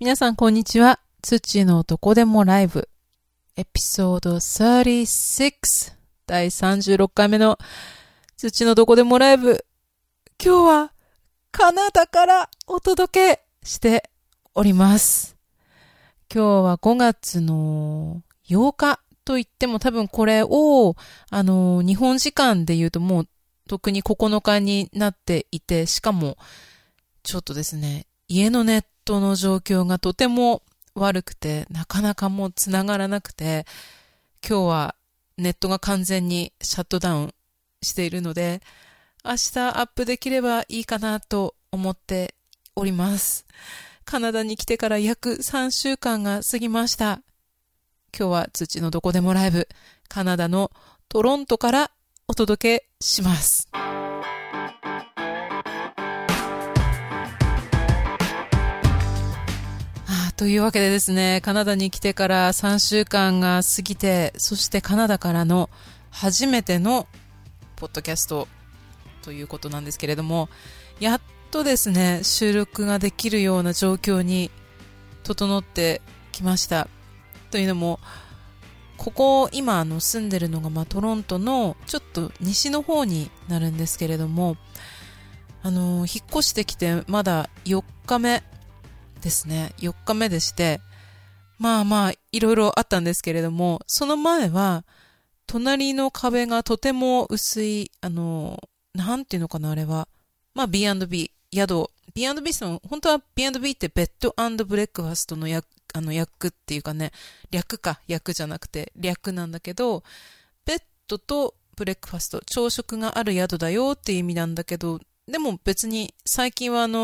皆さんこんにちは。土のどこでもライブエピソード36第36回目の土のどこでもライブ。今日はカナダからお届けしております。今日は5月の8日と言っても多分これを日本時間で言うともう特に9日になっていて、しかもちょっとですね、家のネットの状況がとても悪くて、なかなかもう繋がらなくて、今日はネットが完全にシャットダウンしているので、明日アップできればいいかなと思っております。カナダに来てから約3週間が過ぎました。今日は土のどこでもライブ、カナダのトロントからお届けします。というわけでですね、カナダに来てから3週間が過ぎて、そしてカナダからの初めてのポッドキャストということなんですけれども、やっとですね、収録ができるような状況に整ってきました。というのも、ここ今住んでるのがトロントのちょっと西の方になるんですけれども、引っ越してきてまだ4日目ですね。4日目でして、いろいろあったんですけれども、その前は、隣の壁がとても薄い、なんていうのかな、あれは。B&B、宿。B&B 本当は B&B ってベッド&ブレックファストの訳っていうかね、略じゃなくて、略なんだけど、ベッドとブレックファスト、朝食がある宿だよっていう意味なんだけど、でも別に最近は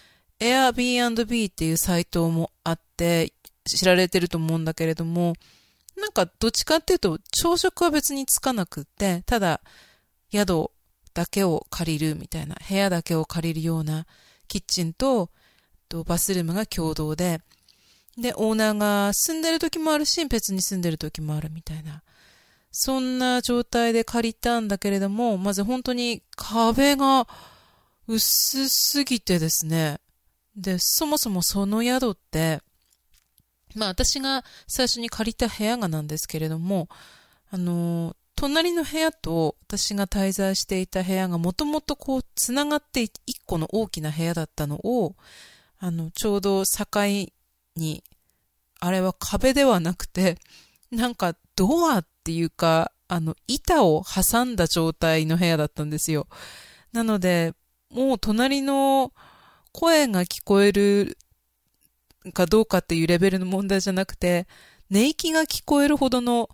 Airbnb っていうサイトもあって知られてると思うんだけれども、なんかどっちかっていうと朝食は別につかなくって、ただ宿だけを借りるみたいな、部屋だけを借りるようなキッチンとバスルームが共同で、オーナーが住んでる時もあるし別に住んでる時もあるみたいな、そんな状態で借りたんだけれども、まず本当に壁が薄すぎてですね、で、そもそもその宿って、私が最初に借りた部屋がなんですけれども、隣の部屋と私が滞在していた部屋がもともとこうつながって一個の大きな部屋だったのを、ちょうど境に、あれは壁ではなくて、なんかドアっていうか、板を挟んだ状態の部屋だったんですよ。なので、もう隣の声が聞こえるかどうかっていうレベルの問題じゃなくて、寝息が聞こえるほどの、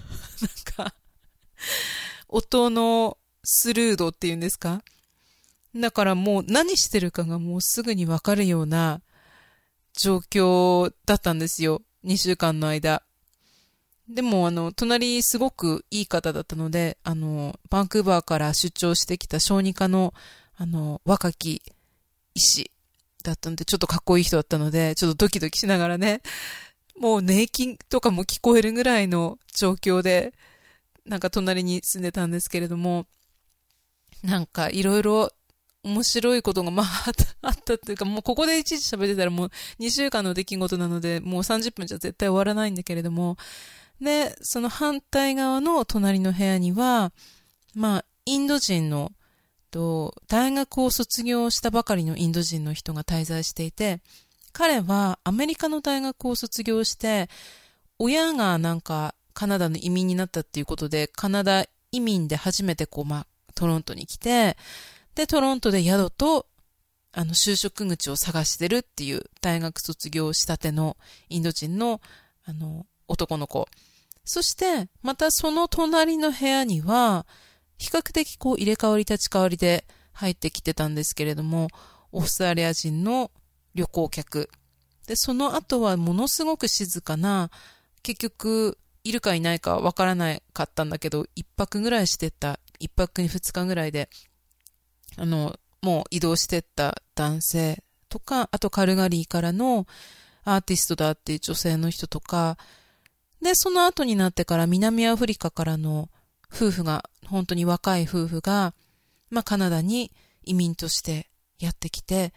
音のスルードっていうんですか？だからもう何してるかがもうすぐにわかるような状況だったんですよ。2週間の間。でも隣すごくいい方だったので、バンクーバーから出張してきた小児科の、若き医師だったので、ちょっとかっこいい人だったので、ちょっとドキドキしながらね、もう寝息とかも聞こえるぐらいの状況で、なんか隣に住んでたんですけれども、なんかいろいろ面白いことがあったっていうか、もうここでいちいち喋ってたらもう2週間の出来事なので、もう30分じゃ絶対終わらないんだけれども、で、その反対側の隣の部屋には、インド人の大学を卒業したばかりのインド人の人が滞在していて、彼はアメリカの大学を卒業して、親がなんかカナダの移民になったっていうことで、カナダ移民で初めてトロントに来て、で、トロントで宿と、就職口を探してるっていう大学卒業したてのインド人の、男の子。そして、またその隣の部屋には、比較的入れ替わり立ち替わりで入ってきてたんですけれども、オーストラリア人の旅行客。で、その後はものすごく静かな、結局、いるかいないかわからなかったんだけど、一泊ぐらいしてた、一泊に二日ぐらいで、もう移動してった男性とか、あとカルガリーからのアーティストだっていう女性の人とか、で、その後になってから南アフリカからの夫婦が、本当に若い夫婦が、カナダに移民としてやってきて、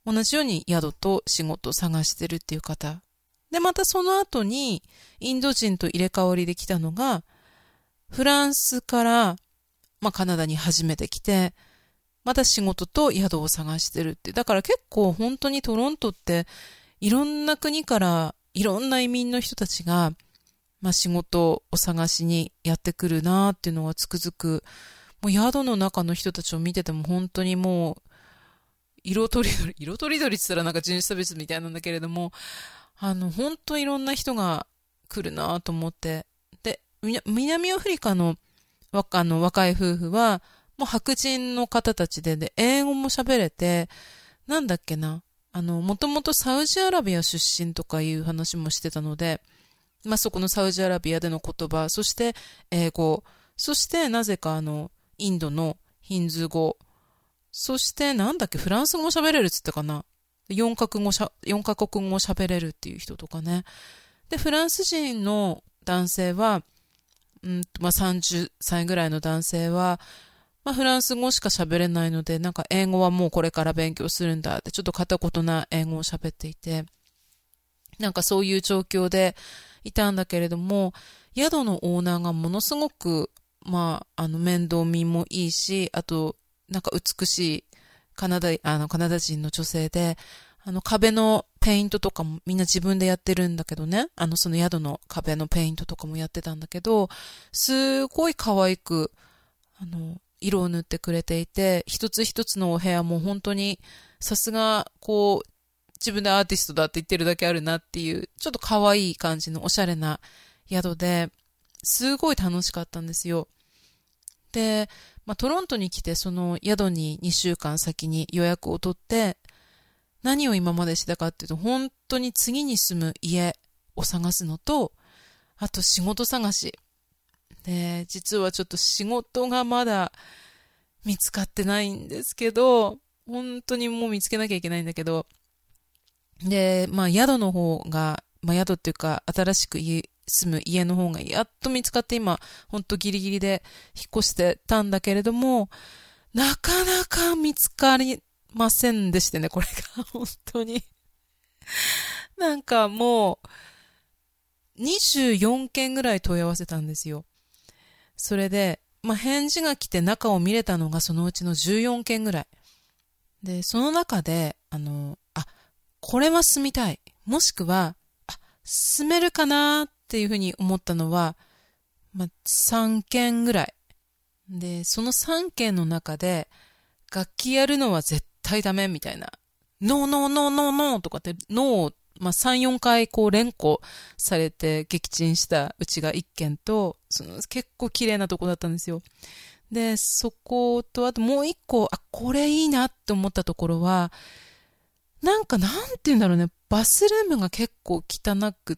同じように宿と仕事を探してるっていう方。で、またその後にインド人と入れ替わりで来たのが、フランスから、カナダに初めて来て、また仕事と宿を探してるって。だから結構本当にトロントっていろんな国からいろんな移民の人たちが、仕事を探しにやってくるなーっていうのがつくづく、もう宿の中の人たちを見てても本当にもう、色とりどりって言ったらなんか人種差別みたいなんだけれども、本当いろんな人が来るなと思って。で、南アフリカの若い夫婦は、もう白人の方たちで、英語も喋れて、なんだっけな、もともとサウジアラビア出身とかいう話もしてたので、そこのサウジアラビアでの言葉、そして英語、そしてなぜかインドのヒンズー語、そしてなんだっけ、フランス語喋れるっつったかな。4カ国語喋れるっていう人とかね。で、フランス人の男性は、30歳ぐらいの男性は、フランス語しか喋れないので、なんか英語はもうこれから勉強するんだって、ちょっと片言な英語を喋っていて、なんかそういう状況でいたんだけれども、宿のオーナーがものすごく、面倒見もいいし、あと、なんか美しいカナダ人の女性で、壁のペイントとかもみんな自分でやってるんだけどね、その宿の壁のペイントとかもやってたんだけど、すごい可愛く、色を塗ってくれていて、一つ一つのお部屋も本当に、さすが、自分でアーティストだって言ってるだけあるなっていう、ちょっと可愛い感じのおしゃれな宿で、すごい楽しかったんですよ。で、トロントに来てその宿に2週間先に予約を取って、何を今までしたかっていうと、本当に次に住む家を探すのと、あと仕事探し。で、実はちょっと仕事がまだ見つかってないんですけど、本当にもう見つけなきゃいけないんだけど、で、宿の方が、宿っていうか、新しく住む家の方がやっと見つかって今、ほんとギリギリで引っ越してたんだけれども、なかなか見つかりませんでしてね、これが本当に。なんかもう、24件ぐらい問い合わせたんですよ。それで、返事が来て中を見れたのがそのうちの14件ぐらい。で、その中で、これは住みたい。もしくは、住めるかなっていうふうに思ったのは、3件ぐらい。で、その3件の中で、楽器やるのは絶対ダメみたいな。ノーノーノーノーノーとかって、ノーを、3、4回連呼されて撃沈したうちが1件と、結構綺麗なとこだったんですよ。で、そこと、あともう1個、これいいなって思ったところは、なんて言うんだろうね、バスルームが結構汚くって、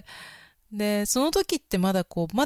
で、その時ってまだ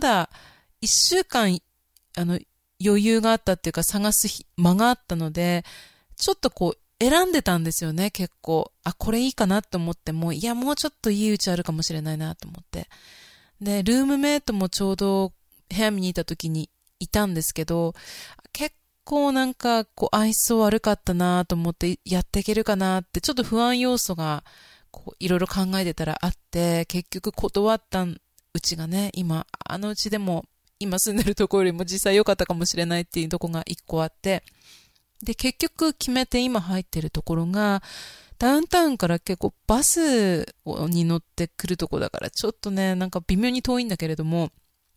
1週間、余裕があったっていうか探す間があったので、ちょっと選んでたんですよね、結構。これいいかなと思っても、いや、もうちょっといいうちあるかもしれないなと思って。で、ルームメイトもちょうど部屋見に行った時にいたんですけど、結構愛想悪かったなと思ってやっていけるかなって、ちょっと不安要素がいろいろ考えてたらあって、結局断ったうちがね、今、うちでも今住んでるところよりも実際良かったかもしれないっていうところが一個あって、で、結局決めて今入ってるところが、ダウンタウンから結構バスに乗ってくるとこだから、ちょっとね、微妙に遠いんだけれども、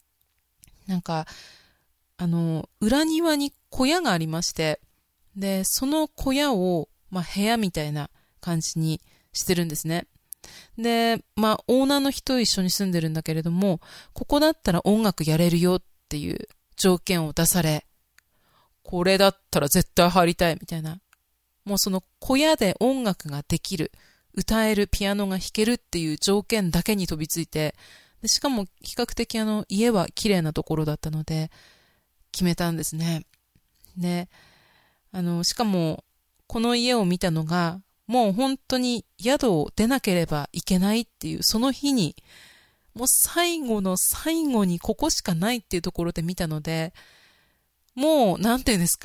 裏庭に小屋がありまして、で、その小屋を、部屋みたいな感じにしてるんですね。で、オーナーの人と一緒に住んでるんだけれども、ここだったら音楽やれるよっていう条件を出され、これだったら絶対入りたいみたいな。もうその小屋で音楽ができる、歌える、ピアノが弾けるっていう条件だけに飛びついて、でしかも比較的家は綺麗なところだったので、決めたんですね。で、しかも、この家を見たのが、もう本当に宿を出なければいけないっていう、その日に、もう最後の最後にここしかないっていうところで見たので、もう、なんていうんですか、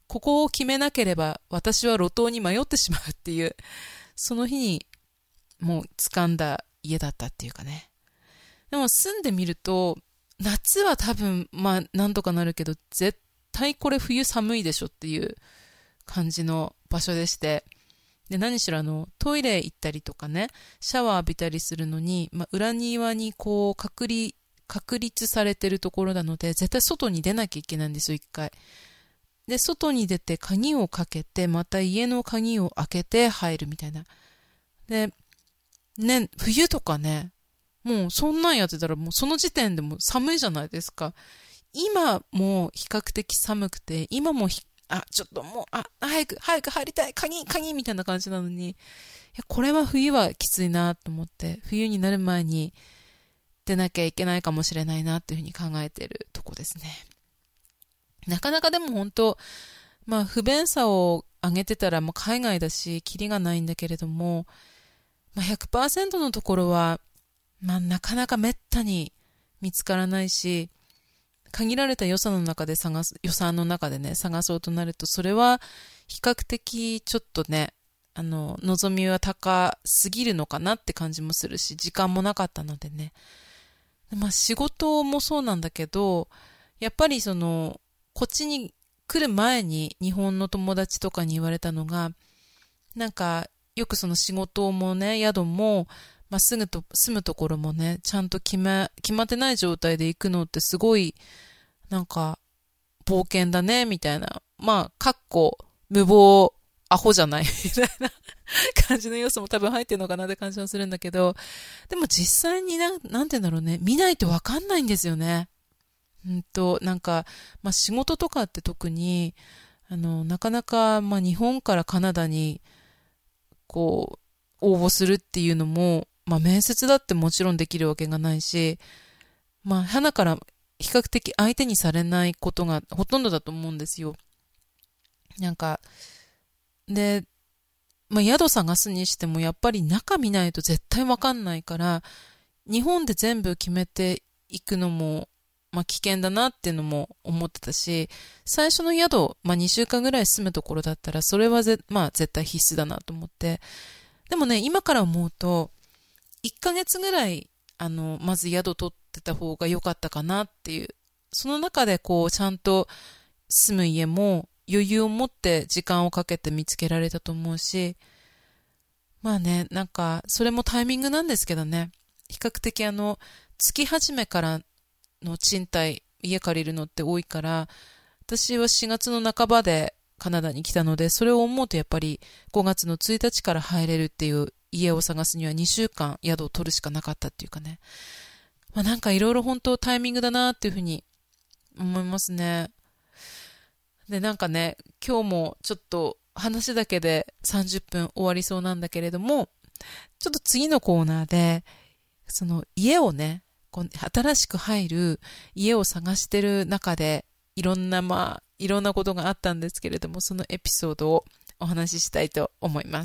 ここを決めなければ私は路頭に迷ってしまうっていう、その日にもう掴んだ家だったっていうかね。でも住んでみると、夏は多分まあなんとかなるけど、絶対これ冬寒いでしょっていう感じの場所でして、で何しろトイレ行ったりとかね、シャワー浴びたりするのに、裏庭にこう確立されてるところなので、絶対外に出なきゃいけないんですよ、一回。で外に出て鍵をかけて、また家の鍵を開けて入るみたいな。でね、冬とかね、もうそんなんやってたらもうその時点でもう寒いじゃないですか。今も比較的寒くて、今もちょっともう、早く入りたい、鍵みたいな感じなのに、いや、これは冬はきついなと思って、冬になる前に出なきゃいけないかもしれないなっていうふうに考えているとこですね。なかなかでも本当、不便さを上げてたらもう海外だし、キリがないんだけれども、100% のところは、なかなかめったに見つからないし、限られた予算の中でね、探そうとなると、それは比較的ちょっとね、望みは高すぎるのかなって感じもするし、時間もなかったのでね。仕事もそうなんだけど、やっぱりこっちに来る前に日本の友達とかに言われたのが、なんか、よくその仕事もね、宿も、住むところもね、ちゃんと決まってない状態で行くのってすごい、なんか、冒険だね、みたいな。無謀、アホじゃない、みたいな感じの要素も多分入ってるのかなって感じはするんだけど、でも実際になんて言うんだろうね、見ないとわかんないんですよね。なんか、仕事とかって特に、なかなか、日本からカナダに、こう、応募するっていうのも、面接だってもちろんできるわけがないし、花から比較的相手にされないことがほとんどだと思うんですよ。なんか、で、宿探すにしてもやっぱり中見ないと絶対わかんないから、日本で全部決めていくのも、危険だなっていうのも思ってたし、最初の宿、2週間ぐらい住むところだったら、それは絶対必須だなと思って。でもね、今から思うと、1ヶ月ぐらい、まず宿取ってた方が良かったかなっていう。その中でこう、ちゃんと住む家も余裕を持って時間をかけて見つけられたと思うし、なんか、それもタイミングなんですけどね。比較的月始めからの賃貸、家借りるのって多いから、私は4月の半ばでカナダに来たので、それを思うとやっぱり5月の1日から入れるっていう家を探すには2週間宿を取るしかなかったっていうかね。なんかいろいろ本当タイミングだなっていうふうに思いますね。で、なんかね、今日もちょっと話だけで30分終わりそうなんだけれども、ちょっと次のコーナーで、その家をね、新しく入る家を探してる中で、いろんなことがあったんですけれども、そのエピソードをお話ししたいと思います。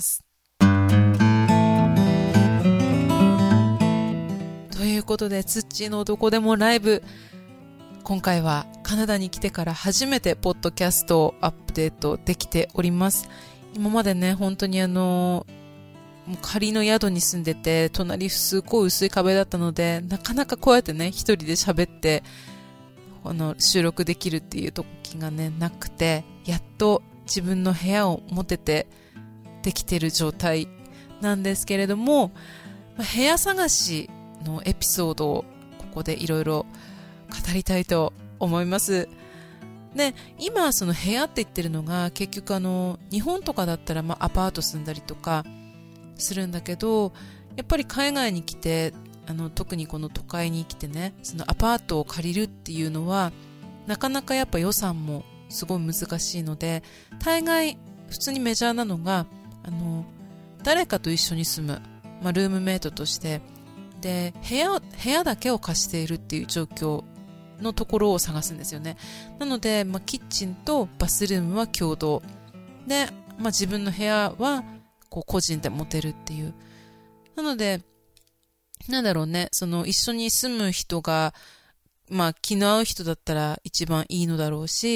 ということで、ツッチーのどこでもライブ、今回はカナダに来てから初めてポッドキャストをアップデートできております。今までね、本当にもう仮の宿に住んでて、隣すごい薄い壁だったので、なかなかこうやってね、一人で喋って、収録できるっていう時がね、なくて、やっと自分の部屋を持ててできてる状態なんですけれども、部屋探しのエピソードをここでいろいろ語りたいと思います。で、今その部屋って言ってるのが結局日本とかだったらアパート住んだりとかするんだけど、やっぱり海外に来て特にこの都会に来てね、そのアパートを借りるっていうのはなかなかやっぱ予算もすごい難しいので、大概普通にメジャーなのが誰かと一緒に住む、ルームメイトとしてで部屋だけを貸しているっていう状況のところを探すんですよね。なので、キッチンとバスルームは共同で、自分の部屋はこう個人で持てるっていう。なのでなんだろうね、その一緒に住む人が気の合う人だったら一番いいのだろうし、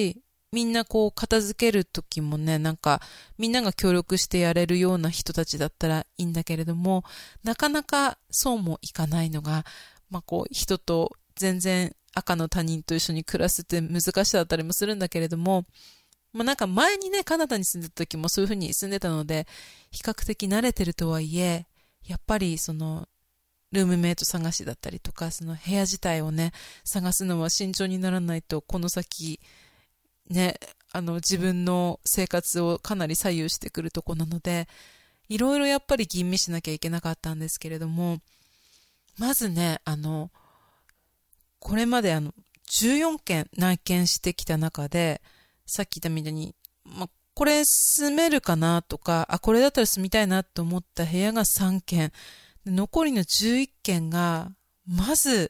みんなこう片付けるときもね、なんかみんなが協力してやれるような人たちだったらいいんだけれども、なかなかそうもいかないのが、こう人と全然赤の他人と一緒に暮らすって難しさだったりもするんだけれども、なんか前にね、カナダに住んでた時もそういう風に住んでたので、比較的慣れてるとはいえ、やっぱりその、ルームメイト探しだったりとか、その部屋自体をね、探すのは慎重にならないと、この先、ね、自分の生活をかなり左右してくるとこなので、いろいろやっぱり吟味しなきゃいけなかったんですけれども、まずね、これまで14件内見してきた中で、さっき言ったみたいに、これ住めるかなとか、これだったら住みたいなと思った部屋が3件、残りの11件が、まず、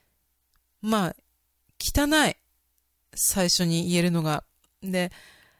汚い。最初に言えるのが。で、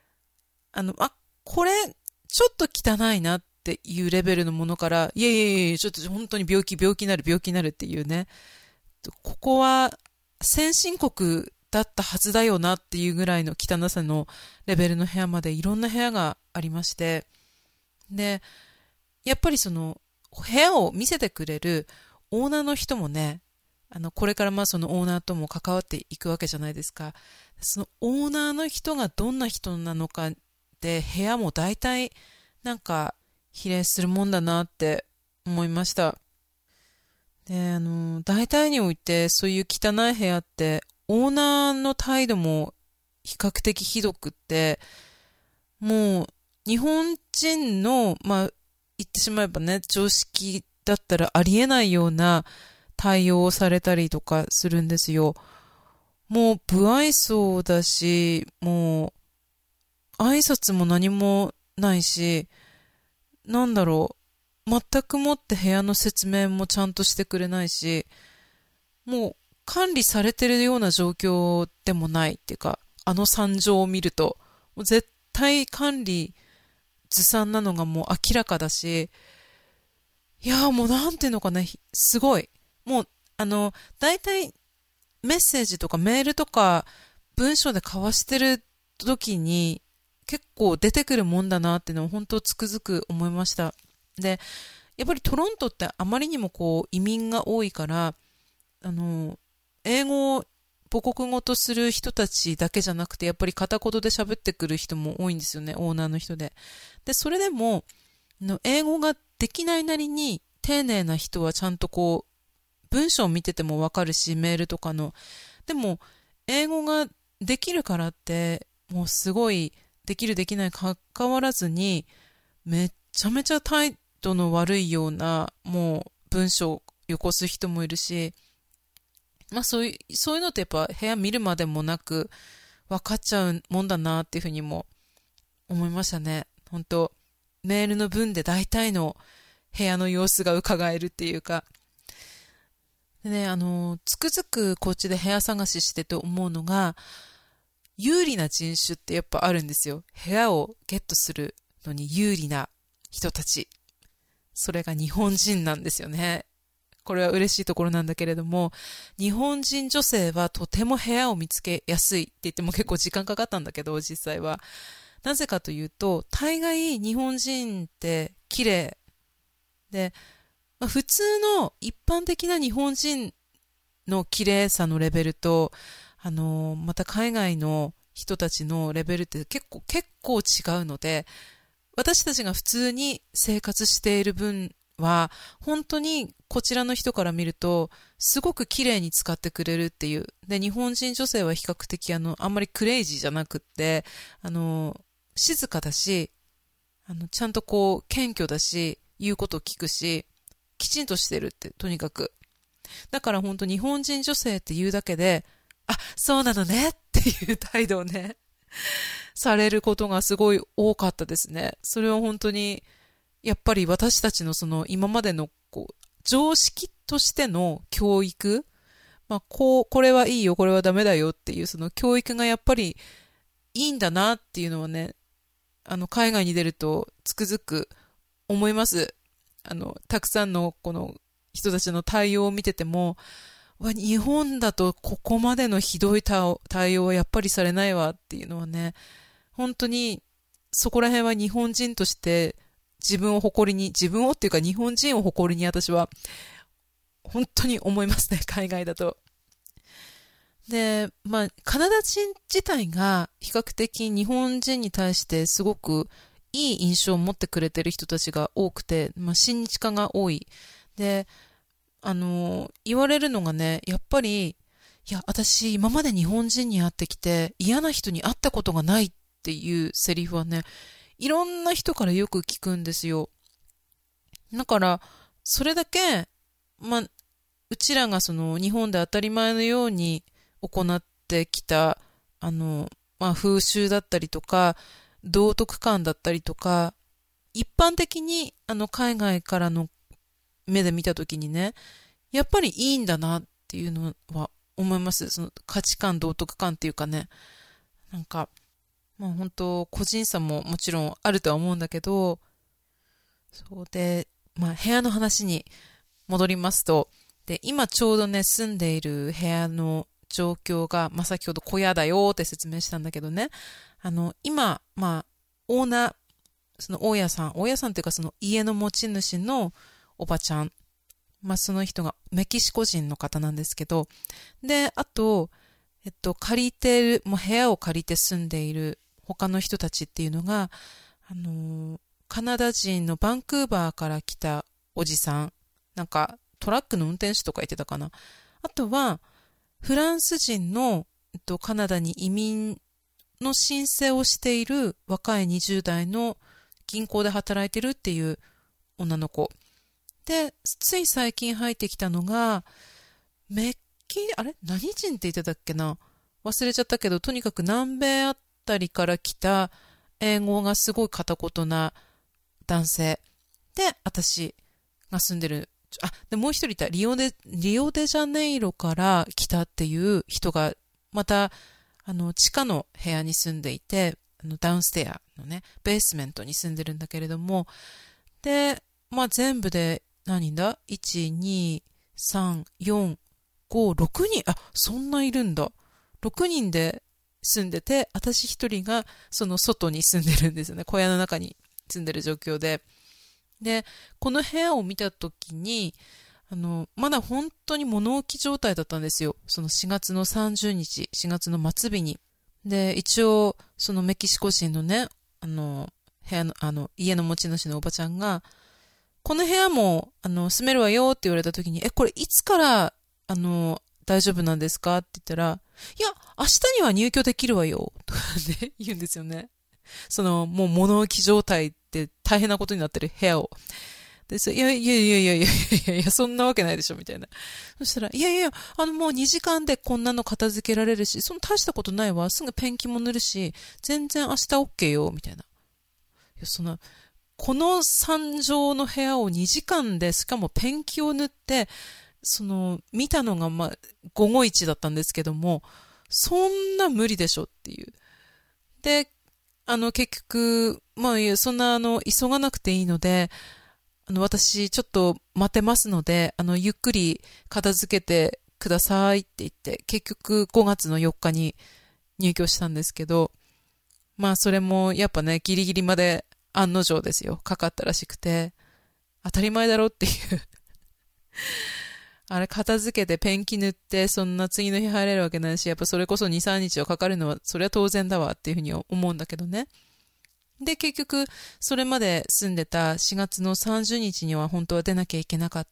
これ、ちょっと汚いなっていうレベルのものから、いやいやいや、ちょっと本当に病気になるっていうね。ここは、先進国だったはずだよなっていうぐらいの汚さのレベルの部屋までいろんな部屋がありまして、で、やっぱりその、部屋を見せてくれるオーナーの人もね、これからそのオーナーとも関わっていくわけじゃないですか。そのオーナーの人がどんな人なのかで、部屋も大体なんか比例するもんだなって思いました。で、大体においてそういう汚い部屋って、オーナーの態度も比較的ひどくって、もう日本人の、言ってしまえばね、常識だったらありえないような対応をされたりとかするんですよ。もう不愛想だし、もう挨拶も何もないし、なんだろう、全くもって部屋の説明もちゃんとしてくれないし、もう管理されてるような状況でもないっていうか、惨状を見ると、もう絶対管理ずさんなのがもう明らかだし、いやーもうなんていうのかな、すごい。もう、大体メッセージとかメールとか文章で交わしてる時に結構出てくるもんだなっていうのを本当つくづく思いました。で、やっぱりトロントってあまりにもこう移民が多いから、英語を母国語とする人たちだけじゃなくて、やっぱり片言で喋ってくる人も多いんですよね、オーナーの人で。で、それでも、英語ができないなりに丁寧な人はちゃんとこう、文章を見ててもわかるし、メールとかの。でも、英語ができるからって、もうすごい、できるできないかかわらずに、めっちゃめちゃ態度の悪いような、もう文章をよこす人もいるし、そういうのってやっぱ部屋見るまでもなく分かっちゃうもんだなっていうふうにも思いましたね。本当メールの文で大体の部屋の様子が伺えるっていうか。でね、つくづくこっちで部屋探ししてて思うのが、有利な人種ってやっぱあるんですよ。部屋をゲットするのに有利な人たち。それが日本人なんですよね。これは嬉しいところなんだけれども、日本人女性はとても部屋を見つけやすいって言っても結構時間かかったんだけど、実際は。なぜかというと、大概日本人って綺麗で、普通の一般的な日本人の綺麗さのレベルと、また海外の人たちのレベルって結構違うので、私たちが普通に生活している分は、本当にこちらの人から見ると、すごく綺麗に使ってくれるっていう。で、日本人女性は比較的あんまりクレイジーじゃなくって、静かだし、ちゃんとこう、謙虚だし、言うことを聞くし、きちんとしてるって、とにかく。だから本当日本人女性って言うだけで、そうなのねっていう態度をね、されることがすごい多かったですね。それは本当に、やっぱり私たちのその今までのこう常識としての教育、これはいいよ、これはダメだよっていうその教育がやっぱりいいんだなっていうのはね、海外に出るとつくづく思います。たくさんのこの人たちの対応を見てても、 日本だとここまでのひどい対応はやっぱりされないわっていうのはね、本当にそこら辺は日本人として自分をっていうか日本人を誇りに私は本当に思いますね、海外だと。で、カナダ人自体が比較的日本人に対してすごくいい印象を持ってくれてる人たちが多くて、親日家が多い。で、言われるのがね、やっぱり、いや、私今まで日本人に会ってきて嫌な人に会ったことがないっていうセリフはね、いろんな人からよく聞くんですよ。だから、それだけ、うちらがその日本で当たり前のように行ってきた、風習だったりとか、道徳観だったりとか、一般的に海外からの目で見たときにね、やっぱりいいんだなっていうのは思います。その価値観、道徳観っていうかね、なんか、本当個人差ももちろんあるとは思うんだけど、そうで、部屋の話に戻りますと、で、今ちょうどね、住んでいる部屋の状況が、先ほど小屋だよって説明したんだけどね、今、オーナー、その大家さんっていうかその家の持ち主のおばちゃん、その人がメキシコ人の方なんですけど、で、あと、借りてる、もう部屋を借りて住んでいる他の人たちっていうのが、カナダ人のバンクーバーから来たおじさん、なんかトラックの運転手とか言ってたかな。あとは、フランス人の、カナダに移民の申請をしている若い20代の銀行で働いてるっていう女の子。で、つい最近入ってきたのが、何人って言ってたっけな、忘れちゃったけど、とにかく南米あたりから来た英語がすごい片言な男性。で、私が住んでる。で、もう一人いた。リオデジャネイロから来たっていう人が、また、地下の部屋に住んでいて、ダウンステアのね、ベースメントに住んでるんだけれども、で、全部で、何人だ ?1、2、3、4、5、6人、そんないるんだ。6人で住んでて、私一人がその外に住んでるんですよね。小屋の中に住んでる状況で。で、この部屋を見たときに、まだ本当に物置状態だったんですよ。その4月の30日、4月の末日に。で、一応、そのメキシコ人のね、部屋の、家の持ち主のおばちゃんが、この部屋も、住めるわよって言われたときに、これいつから、大丈夫なんですかって言ったら、いや、明日には入居できるわよ、とかね、言うんですよね。もう物置状態って大変なことになってる部屋を。で、いや、そんなわけないでしょ、みたいな。そしたら、もう2時間でこんなの片付けられるし、その大したことないわ、すぐペンキも塗るし、全然明日 OK よ、みたいな。この3畳の部屋を2時間で、しかもペンキを塗って、見たのが、午後1だったんですけども、そんな無理でしょっていう。で、結局、そんな、急がなくていいので、私、ちょっと待てますので、ゆっくり片付けてくださいって言って、結局5月の4日に入居したんですけど、それもやっぱね、ギリギリまで案の定ですよ。かかったらしくて、当たり前だろっていうあれ片付けてペンキ塗って、そんな次の日入れるわけないし、やっぱそれこそ2、3日はかかるのは、それは当然だわっていうふうに思うんだけどね。で、結局、それまで住んでた4月の30日には本当は出なきゃいけなかった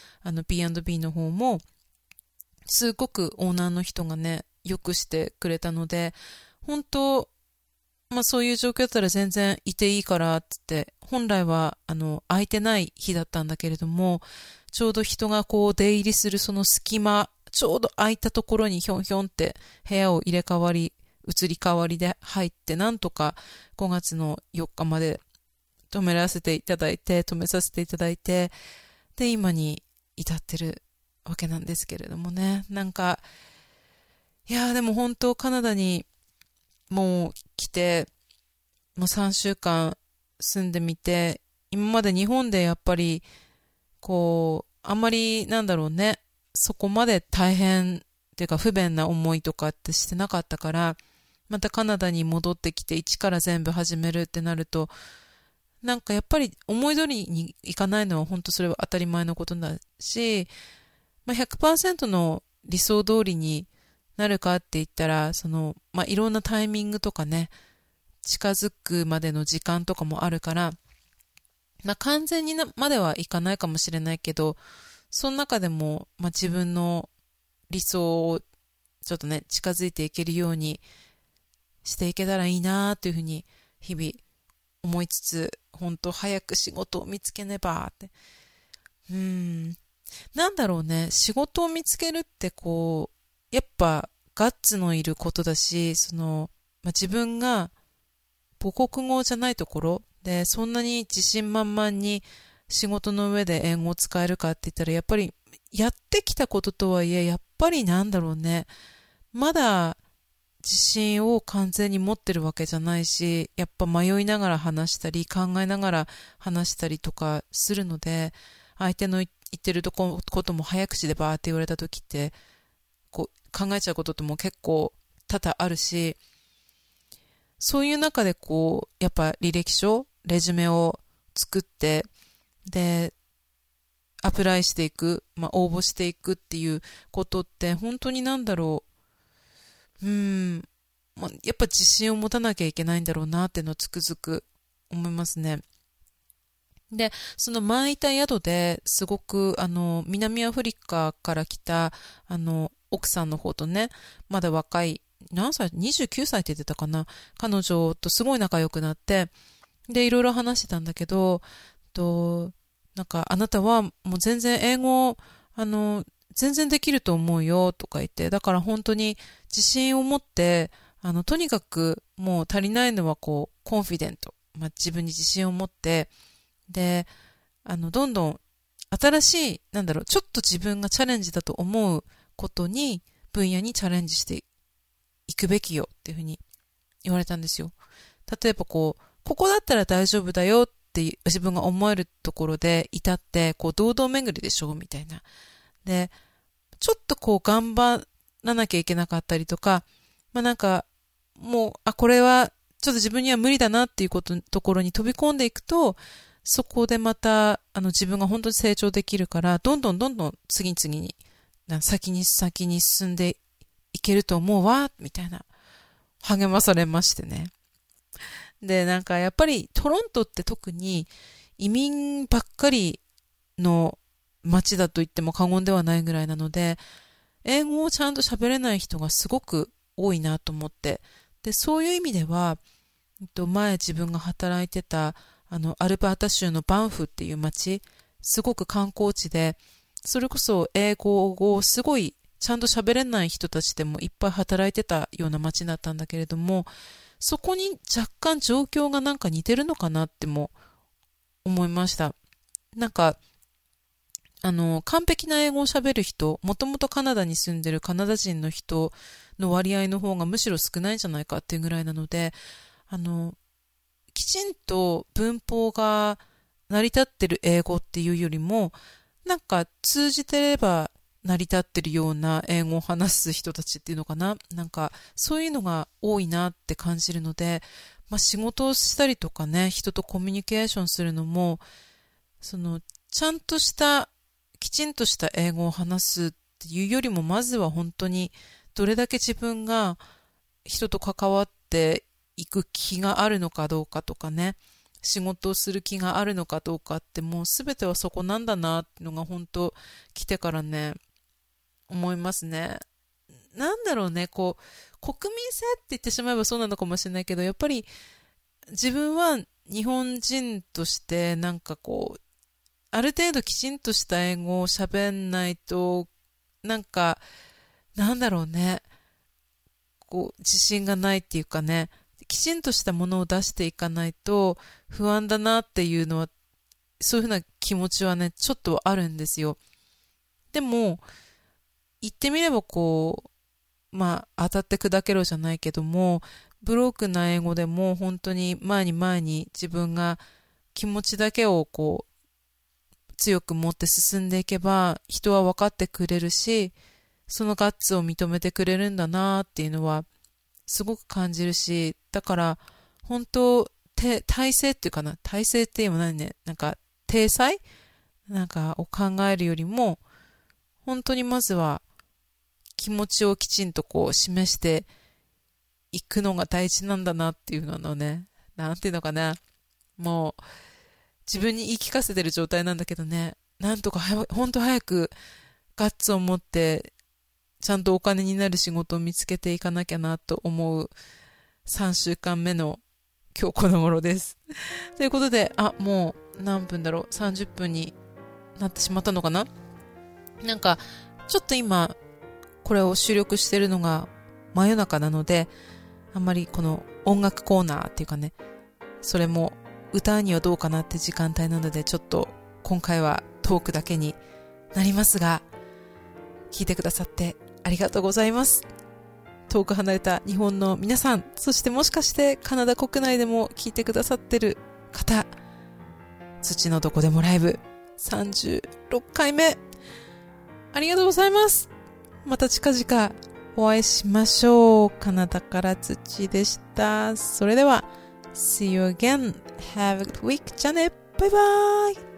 、B&B の方も、すごくオーナーの人がね、よくしてくれたので、本当、そういう状況だったら全然いていいからって言って、本来は、空いてない日だったんだけれども、ちょうど人がこう出入りするその隙間、ちょうど空いたところにひょんひょんって部屋を移り変わりで入って、なんとか5月の4日まで止めさせていただいて、で、今に至ってるわけなんですけれどもね。なんか、いやーでも本当カナダにもう来て、もう3週間住んでみて、今まで日本でやっぱり、こう、あんまりなんだろうね、 そこまで大変っていうか不便な思いとかってしてなかったから、またカナダに戻ってきて一から全部始めるってなると、なんかやっぱり思い通りにいかないのは本当それは当たり前のことだし、100% の理想通りになるかって言ったら、いろんなタイミングとかね、近づくまでの時間とかもあるから、完全にまではいかないかもしれないけど、その中でも、自分の理想をちょっとね、近づいていけるようにしていけたらいいなというふうに日々思いつつ、本当早く仕事を見つけねばって。なんだろうね、仕事を見つけるってやっぱガッツのいることだし、自分が母国語じゃないところで、そんなに自信満々に仕事の上で英語を使えるかって言ったら、やっぱりやってきたこととはいえ、やっぱりなんだろうね、まだ自信を完全に持ってるわけじゃないし、やっぱ迷いながら話したり、考えながら話したりとかするので、相手の言ってることも早口でバーって言われた時って、考えちゃうことっても結構多々あるし、そういう中でやっぱ履歴書、レジュメを作って、で、アプライしていく、応募していくっていうことって、本当になんだろう。やっぱ自信を持たなきゃいけないんだろうなっていうのをつくづく思いますね。で、その前いた宿ですごく、南アフリカから来た、奥さんの方とね、まだ若い、何歳 ?29 歳って言ってたかな。彼女とすごい仲良くなって、で、いろいろ話してたんだけど、なんか、あなたはもう全然英語、全然できると思うよとか言って、だから本当に自信を持って、とにかくもう足りないのはコンフィデント。自分に自信を持って、で、どんどん新しい、ちょっと自分がチャレンジだと思うことに、分野にチャレンジしていくべきよっていうふうに言われたんですよ。例えばここだったら大丈夫だよって自分が思えるところでいたって、堂々巡りでしょみたいな。で、ちょっと頑張らなきゃいけなかったりとか、もう、これはちょっと自分には無理だなっていうところに飛び込んでいくと、そこでまた、自分が本当に成長できるから、どんどん次々に、先に進んでいけると思うわ、みたいな、励まされましてね。で、やっぱりトロントって特に移民ばっかりの街だと言っても過言ではないぐらいなので、英語をちゃんと喋れない人がすごく多いなと思って、で、そういう意味では、前自分が働いてた、アルバータ州のバンフっていう街、すごく観光地で、それこそ英語をすごいちゃんと喋れない人たちでもいっぱい働いてたような街だったんだけれども、そこに若干状況が似てるのかなっても思いました。完璧な英語を喋る人、もともとカナダに住んでるカナダ人の人の割合の方がむしろ少ないんじゃないかっていうぐらいなので、きちんと文法が成り立ってる英語っていうよりも、通じてれば成り立ってるような英語を話す人たちっていうのかな。そういうのが多いなって感じるので、仕事をしたりとかね、人とコミュニケーションするのも、ちゃんとしたきちんとした英語を話すっていうよりも、まずは本当にどれだけ自分が人と関わっていく気があるのかどうかとかね、仕事をする気があるのかどうかって、もう全てはそこなんだなっていうのが本当来てからね、思いますね。なんだろうね、国民性って言ってしまえばそうなのかもしれないけど、やっぱり自分は日本人としてある程度きちんとした英語を喋んないと、なんだろうね。自信がないっていうかね、きちんとしたものを出していかないと不安だなっていうのは、そういうふうな気持ちはね、ちょっとあるんですよ。でも、言ってみれば当たって砕けろじゃないけども、ブロークな英語でも本当に前に自分が気持ちだけを強く持って進んでいけば人は分かってくれるし、そのガッツを認めてくれるんだなっていうのはすごく感じるし、だから本当体制っていうかな、体制っていうのも何ね、なんか体裁なんかを考えるよりも、本当にまずは気持ちをきちんとこう示していくのが大事なんだなっていうのね、なんていうのかな、もう自分に言い聞かせてる状態なんだけどね、なんとか本当早くガッツを持ってちゃんとお金になる仕事を見つけていかなきゃなと思う3週間目の今日この頃です。ということで、もう何分だろう、30分になってしまったのかな。なんかちょっと今これを収録してるのが真夜中なので、あんまりこの音楽コーナーっていうかね、それも歌にはどうかなって時間帯なので、ちょっと今回はトークだけになりますが、聞いてくださってありがとうございます。遠く離れた日本の皆さん、そしてもしかしてカナダ国内でも聞いてくださってる方、土のどこでもライブ36回目ありがとうございます。また近々お会いしましょう。カナダから土でした。それでは See you again. Have a good week. じゃあね。バイバイ。